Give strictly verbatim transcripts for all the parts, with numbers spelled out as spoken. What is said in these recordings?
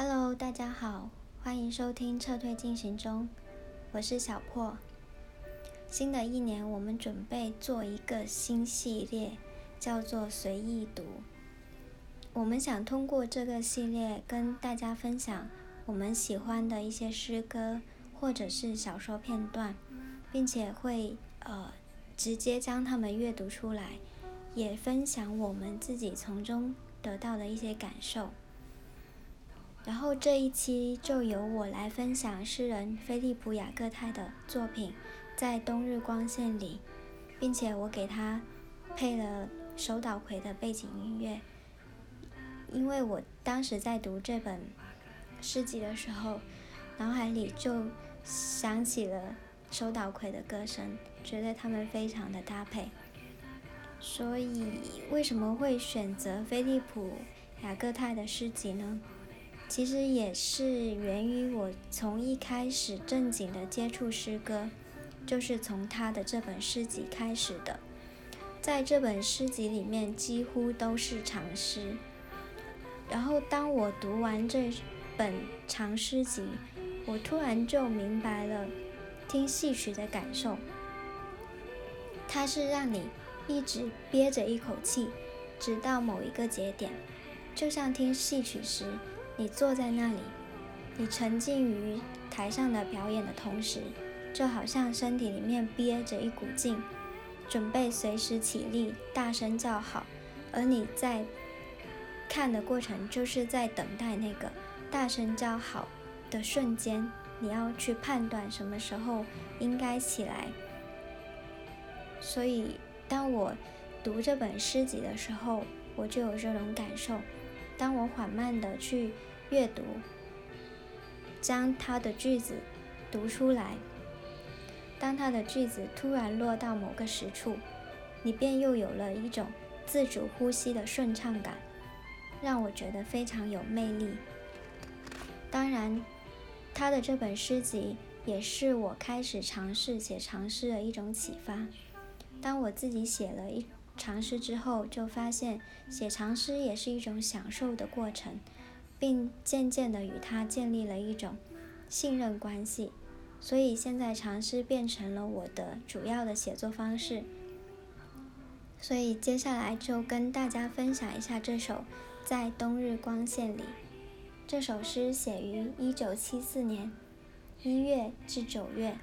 Hello，大家好，欢迎收听撤退进行中，我是小破。新的一年，我们准备做一个新系列，叫做随意读。我们想通过这个系列跟大家分享我们喜欢的一些诗歌或者是小说片段，并且会呃直接将它们阅读出来，也分享我们自己从中得到的一些感受。然后这一期就由我来分享诗人菲利普·雅各泰的作品在冬日光线里，并且我给他配了手岛葵的背景音乐，因为我当时在读这本诗集的时候，脑海里就想起了手岛葵的歌声，觉得他们非常的搭配。所以为什么会选择菲利普·雅各泰的诗集呢？其实也是源于我从一开始正经的接触诗歌，就是从他的这本诗集开始的。在这本诗集里面几乎都是长诗，然后当我读完这本长诗集，我突然就明白了听戏曲的感受。它是让你一直憋着一口气，直到某一个节点，就像听戏曲时你坐在那里，你沉浸于台上的表演的同时，就好像身体里面憋着一股劲，准备随时起立大声叫好，而你在看的过程就是在等待那个大声叫好的瞬间，你要去判断什么时候应该起来。所以当我读这本诗集的时候，我就有这种感受。当我缓慢地去阅读，将它的句子读出来，当它的句子突然落到某个实处，你便又有了一种自主呼吸的顺畅感，让我觉得非常有魅力。当然，他的这本诗集也是我开始尝试写长诗的一种启发。当我自己写了一长诗之后，就发现写长诗也是一种享受的过程，并渐渐地与它建立了一种信任关系。所以现在长诗变成了我的主要的写作方式。所以接下来就跟大家分享一下这首《在冬日光线里》。这首诗写于一九七四年一月至九月。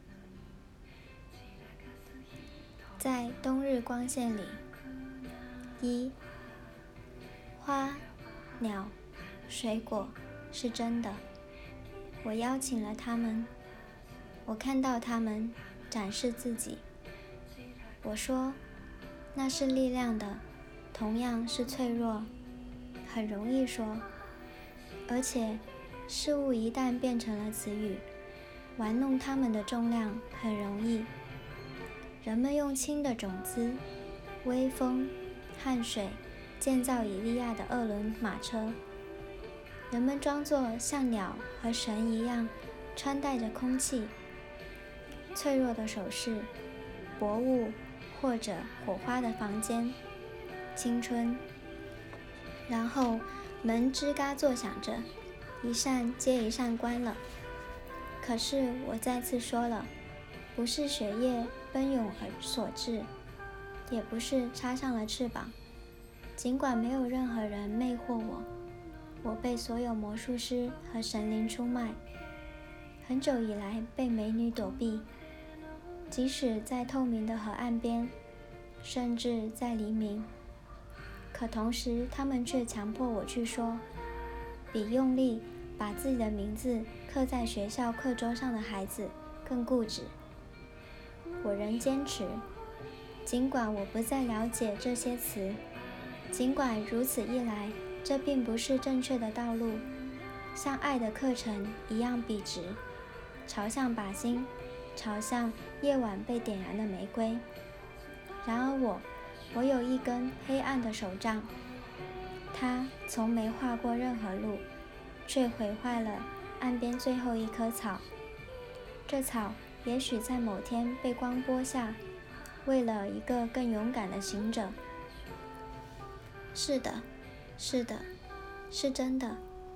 在冬日光线里，一，花、鸟、水果是真的，我邀请了他们，我看到他们展示自己。我说，那是力量的，同样是脆弱，很容易说，而且事物一旦变成了词语，玩弄它们的重量很容易。人们用轻的种子、微风、汗水建造以利亚的二轮马车，人们装作像鸟和神一样穿戴着空气，脆弱的首饰、薄雾或者火花的房间、青春。然后门吱嘎作响着，一扇接一扇关了。可是我再次说了，不是血液奔涌而所致，也不是插上了翅膀。尽管没有任何人魅惑我，我被所有魔术师和神灵出卖，很久以来被美女躲避，即使在透明的河岸边，甚至在黎明。可同时他们却强迫我去说，比用力把自己的名字刻在学校课桌上的孩子更固执。我仍坚持，尽管我不再了解这些词，尽管如此一来，这并不是正确的道路，像爱的课程一样笔直，朝向靶心，朝向夜晚被点燃的玫瑰。然而我，我有一根黑暗的手杖，它从没画过任何路，却毁坏了岸边最后一棵草。这草也许在某天被光播下，为了一个更勇敢的行者。是的，是的，是真的。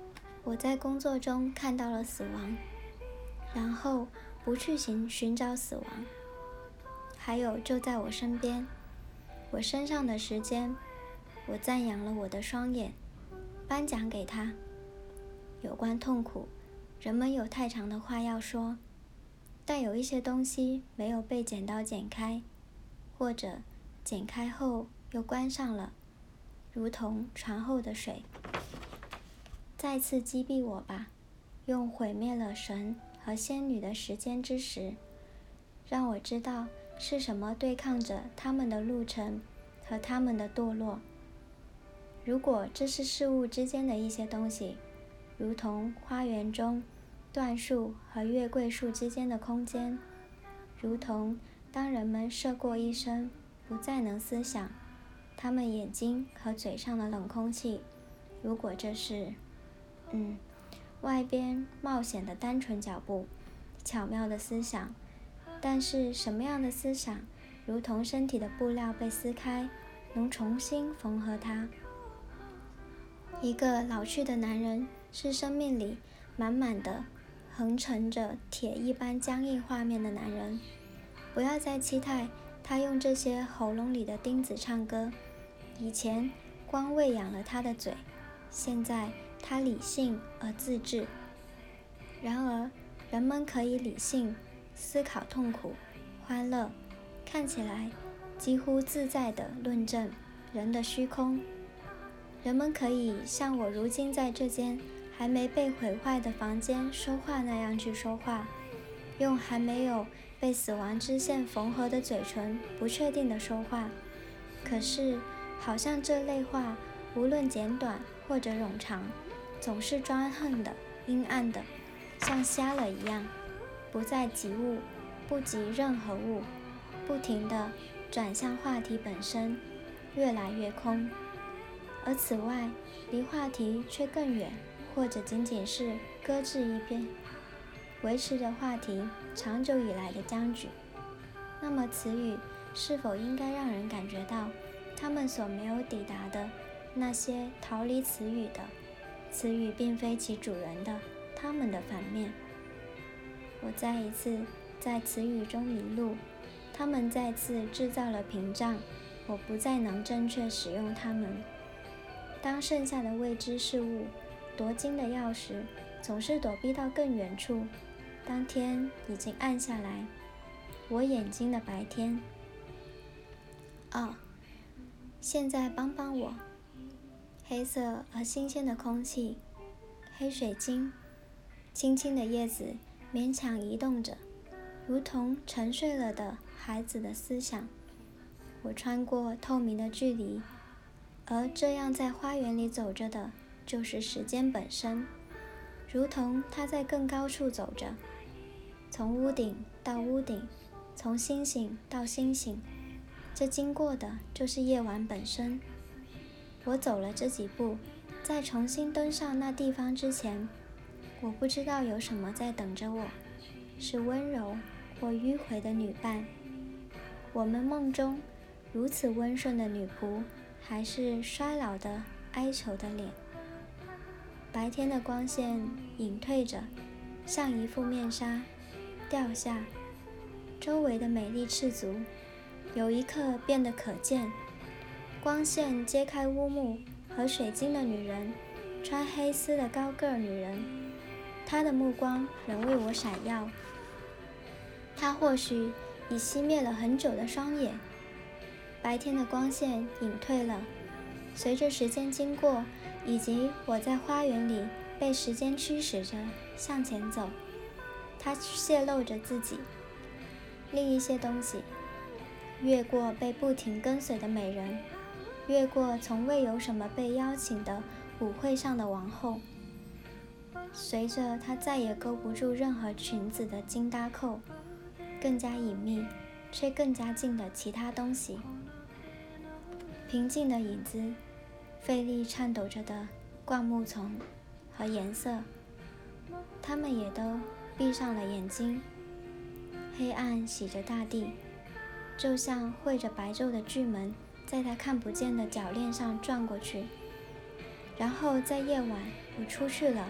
我在工作中看到了死亡，然后不去寻寻找死亡。还有就在我身边，我身上的时间，我赞扬了我的双眼，颁奖给他。有关痛苦，人们有太长的话要说，但有一些东西没有被剪刀剪开，或者剪开后又关上了，如同船后的水。再次击毙我吧，用毁灭了神和仙女的时间之时，让我知道是什么对抗着他们的路程和他们的堕落。如果这是事物之间的一些东西，如同花园中椴树和月桂树之间的空间，如同当人们射过一生不再能思想，他们眼睛和嘴上的冷空气，如果这是嗯，外边冒险的单纯脚步，巧妙的思想，但是什么样的思想，如同身体的布料被撕开，能重新缝合它。一个老去的男人是生命里满满的横陈着铁一般僵硬画面的男人，不要再期待他用这些喉咙里的钉子唱歌。以前光喂养了他的嘴，现在他理性而自制。然而人们可以理性思考痛苦、欢乐，看起来几乎自在地论证人的虚空。人们可以像我如今在这间还没被毁坏的房间说话那样去说话，用还没有被死亡支线缝合的嘴唇不确定地说话。可是好像这类话无论简短或者冗长，总是专横的、阴暗的，像瞎了一样，不再及物，不及任何物，不停地转向话题本身，越来越空。而此外，离话题却更远，或者仅仅是搁置一边，维持着话题长久以来的僵局。那么词语是否应该让人感觉到他们所没有抵达的那些逃离词语的，词语并非其主人的，他们的反面？我再一次在词语中迷路，他们再次制造了屏障，我不再能正确使用它们。当剩下的未知事物夺金的钥匙总是躲避到更远处，当天已经暗下来，我眼睛的白天。哦，现在帮帮我。黑色而新鲜的空气，黑水晶，轻轻的叶子勉强移动着，如同沉睡了的孩子的思想。我穿过透明的距离，而这样在花园里走着的就是时间本身，如同它在更高处走着，从屋顶到屋顶，从星星到星星，这经过的就是夜晚本身。我走了这几步，在重新登上那地方之前，我不知道有什么在等着我，是温柔或迂回的女伴，我们梦中如此温顺的女仆，还是衰老的哀求的脸。白天的光线隐退着，像一副面纱掉下，周围的美丽赤足有一刻变得可见。光线揭开乌幕和水晶的女人，穿黑丝的高个儿女人，她的目光仍为我闪耀。她或许已熄灭了很久的双眼。白天的光线隐退了，随着时间经过，以及我在花园里被时间驱使着向前走，它泄露着自己。另一些东西，越过被不停跟随的美人，越过从未有什么被邀请的舞会上的王后，随着她再也勾不住任何裙子的金搭扣，更加隐秘却更加近的其他东西。平静的影子，费力颤抖着的灌木丛和颜色，它们也都闭上了眼睛。黑暗洗着大地，就像绘着白昼的巨门在它看不见的铰链上转过去。然后在夜晚，我出去了，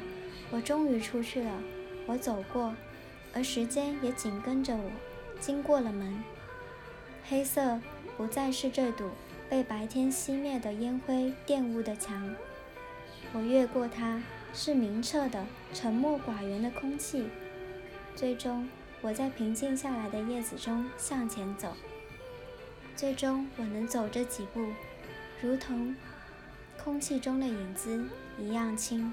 我终于出去了，我走过，而时间也紧跟着我，经过了门。黑色不再是这堵被白天熄灭的烟灰玷污的墙，我越过它，是明澈的、沉默寡言的空气。最终，我在平静下来的叶子中向前走。最终，我能走这几步，如同空气中的影子一样轻。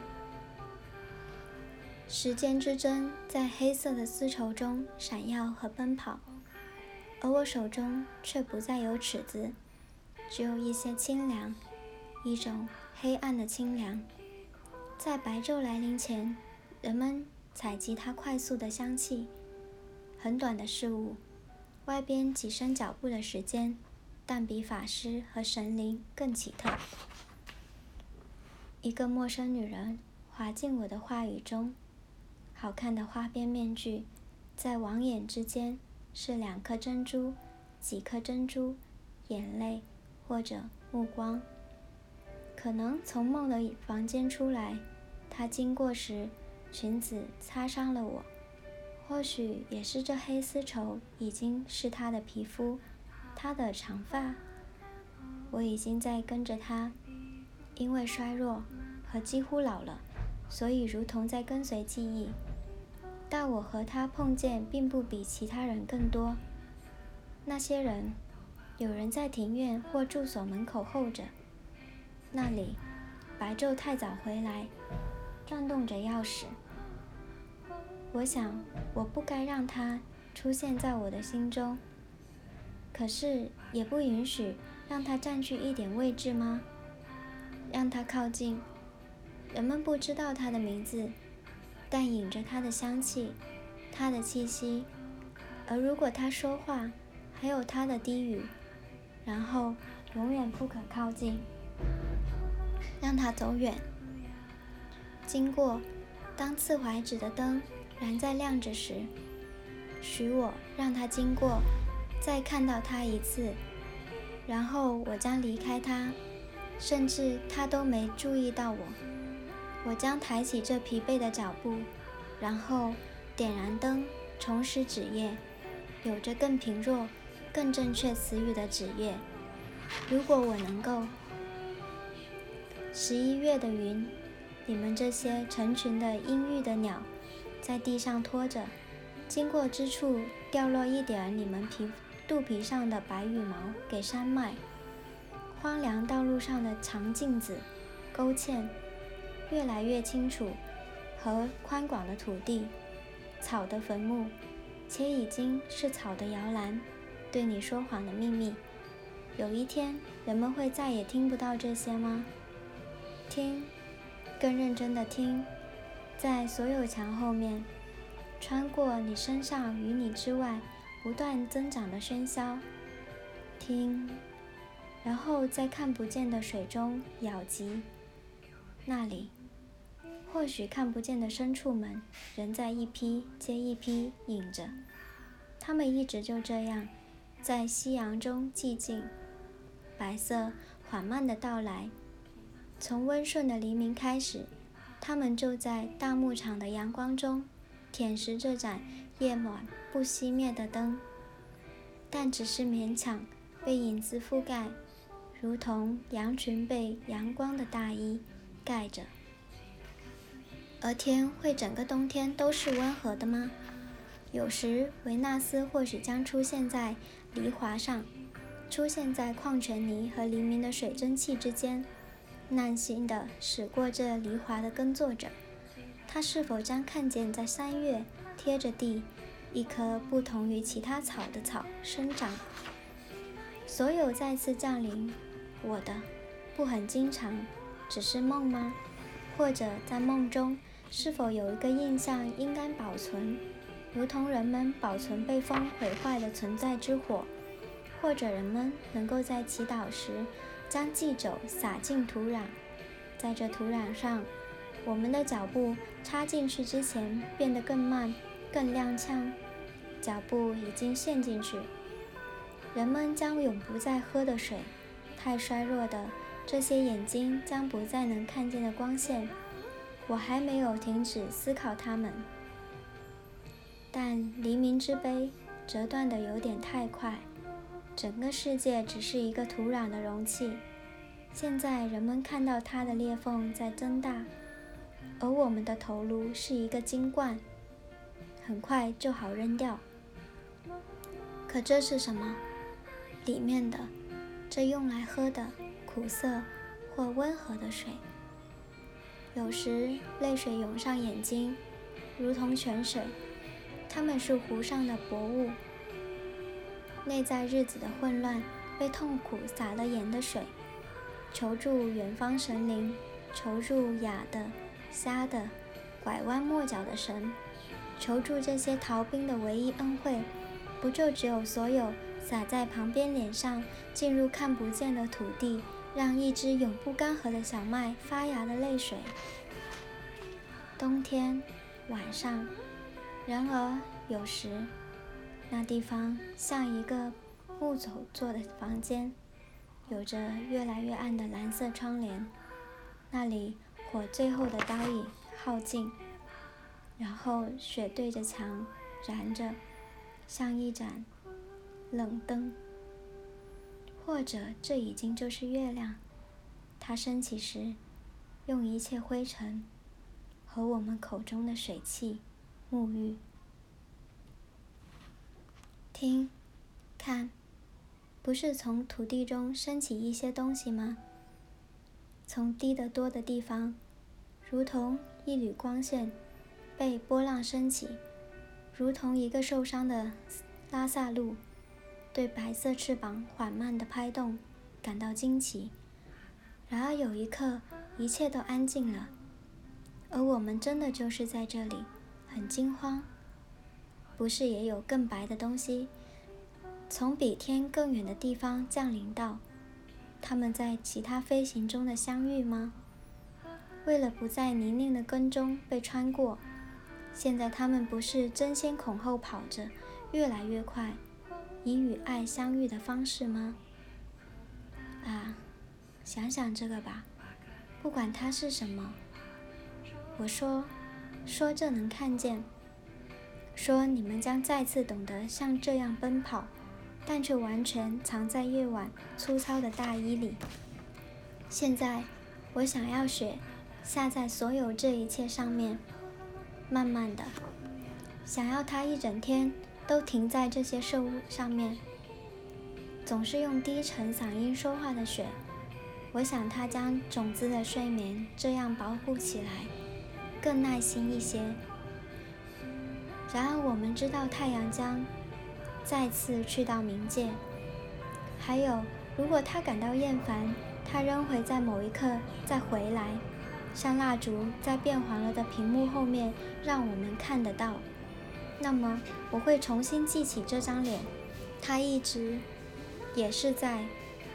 时间之针在黑色的丝绸中闪耀和奔跑，而我手中却不再有尺子，只有一些清凉，一种黑暗的清凉。在白昼来临前，人们采集它快速的香气。很短的事物，外边几声脚步的时间，但比法师和神灵更奇特。一个陌生女人滑进我的话语中，好看的花边面具，在网眼之间是两颗珍珠，几颗珍珠，眼泪或者目光。可能从梦的房间出来，她经过时，裙子擦伤了我。或许也是这黑丝绸已经是她的皮肤，她的长发。我已经在跟着她，因为衰弱和几乎老了，所以如同在跟随记忆。但我和她碰见并不比其他人更多。那些人，有人在庭院或住所门口候着。那里，白昼太早回来，转动着钥匙。我想，我不该让它出现在我的心中，可是也不允许让它占据一点位置吗？让它靠近，人们不知道它的名字，但引着它的香气，它的气息。而如果它说话，还有它的低语，然后永远不可靠近，让它走远。经过，当刺槐纸的灯燃在亮着时，许我让它经过，再看到它一次，然后我将离开它，甚至它都没注意到我。我将抬起这疲惫的脚步，然后点燃灯，重拾纸页，有着更平弱、更正确词语的纸页。如果我能够。十一月的云，你们这些成群的阴郁的鸟，在地上拖着，经过之处掉落一点你们皮肚皮上的白羽毛给山脉。荒凉道路上的长镜子、勾芡，越来越清楚，和宽广的土地，草的坟墓，且已经是草的摇篮，对你说谎的秘密。有一天，人们会再也听不到这些吗？听，更认真的听，在所有墙后面，穿过你身上与你之外不断增长的喧嚣。听，然后在看不见的水中咬击。那里，或许看不见的牲畜们仍在一批接一批饮着，他们一直就这样，在夕阳中寂静。白色缓慢的到来，从温顺的黎明开始，他们就在大牧场的阳光中舔食这盏夜晚不熄灭的灯，但只是勉强被影子覆盖，如同羊群被阳光的大衣盖着。而天会整个冬天都是温和的吗？有时维纳斯或许将出现在黎华上，出现在矿泉泥和黎明的水蒸气之间，耐心地驶过这黎华的耕作者。他是否将看见在三月贴着地一棵不同于其他草的草生长？所有再次降临，我的不很经常，只是梦吗？或者在梦中是否有一个印象应该保存，如同人们保存被风毁坏的存在之火？或者人们能够在祈祷时将祭酒撒进土壤，在这土壤上，我们的脚步插进去之前变得更慢更踉跄，脚步已经陷进去。人们将永不再喝的水，太衰弱的这些眼睛将不再能看见的光线， 我还没有停止思考它们。但黎明之杯折断得有点太快，整个世界只是一个土壤的容器。现在人们看到它的裂缝在增大，而我们的头颅是一个金罐，很快就好扔掉。可这是什么？里面的，这用来喝的苦涩或温和的水。有时泪水涌上眼睛，如同泉水，它们是湖上的薄雾，内在日子的混乱，被痛苦洒了盐的水，求助远方神灵，求助哑的、瞎的、拐弯抹角的神，求助这些逃兵的唯一恩惠，不就只有所有洒在旁边脸上，进入看不见的土地，让一只永不干涸的小麦发芽的泪水？冬天晚上，然而有时那地方像一个木头做的房间，有着越来越暗的蓝色窗帘，那里火最后的刀影耗尽，然后雪对着墙燃着，像一盏冷灯。或者这已经就是月亮，它升起时用一切灰尘和我们口中的水汽沐浴。听，看，不是从土地中升起一些东西吗？从低得多的地方，如同一缕光线，被波浪升起，如同一个受伤的拉萨路，对白色翅膀缓慢的拍动感到惊奇。然而有一刻，一切都安静了，而我们真的就是在这里，很惊慌。不是也有更白的东西，从比天更远的地方降临到，他们在其他飞行中的相遇吗？为了不在泥泞的根中被穿过，现在他们不是争先恐后跑着，越来越快，以与爱相遇的方式吗？啊，想想这个吧，不管它是什么。我说，说这能看见，说你们将再次懂得像这样奔跑，但却完全藏在夜晚粗糙的大衣里。现在，我想要雪下在所有这一切上面，慢慢的，想要它一整天都停在这些事物上面。总是用低沉嗓音说话的雪，我想它将种子的睡眠这样保护起来，更耐心一些。然而我们知道太阳将再次去到冥界，还有如果他感到厌烦，他仍会在某一刻再回来，像蜡烛在变黄了的屏幕后面让我们看得到。那么我会重新记起这张脸，他一直也是在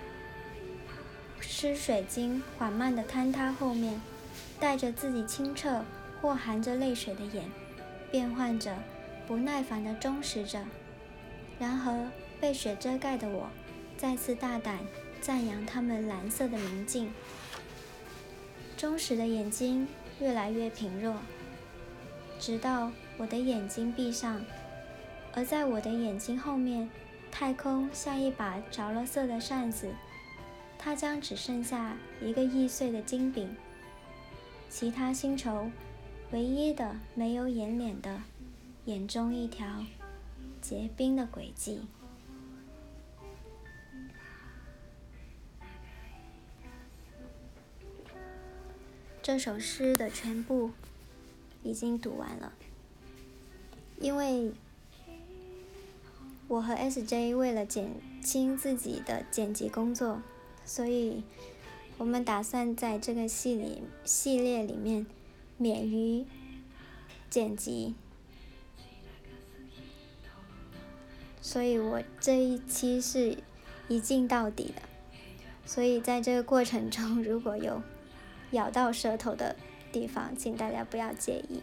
湿水晶缓慢地坍塌后面，带着自己清澈或含着泪水的眼，变换着，不耐烦地忠实着。然而被雪遮盖的我，再次大胆赞扬它们蓝色的明净。忠实的眼睛越来越贫弱，直到我的眼睛闭上，而在我的眼睛后面，太空像一把着了色的扇子，它将只剩下一个易碎的金饼。其他星球唯一的没有眼脸的，眼中一条结冰的轨迹。这首诗的全部已经读完了，因为我和 S J 为了减轻自己的剪辑工作，所以我们打算在这个系里系列里面免于剪辑，所以我这一期是一镜到底的。所以在这个过程中，如果有咬到舌头的地方，请大家不要介意。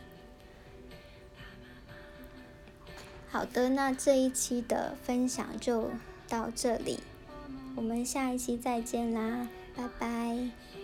好的，那这一期的分享就到这里，我们下一期再见啦，拜拜。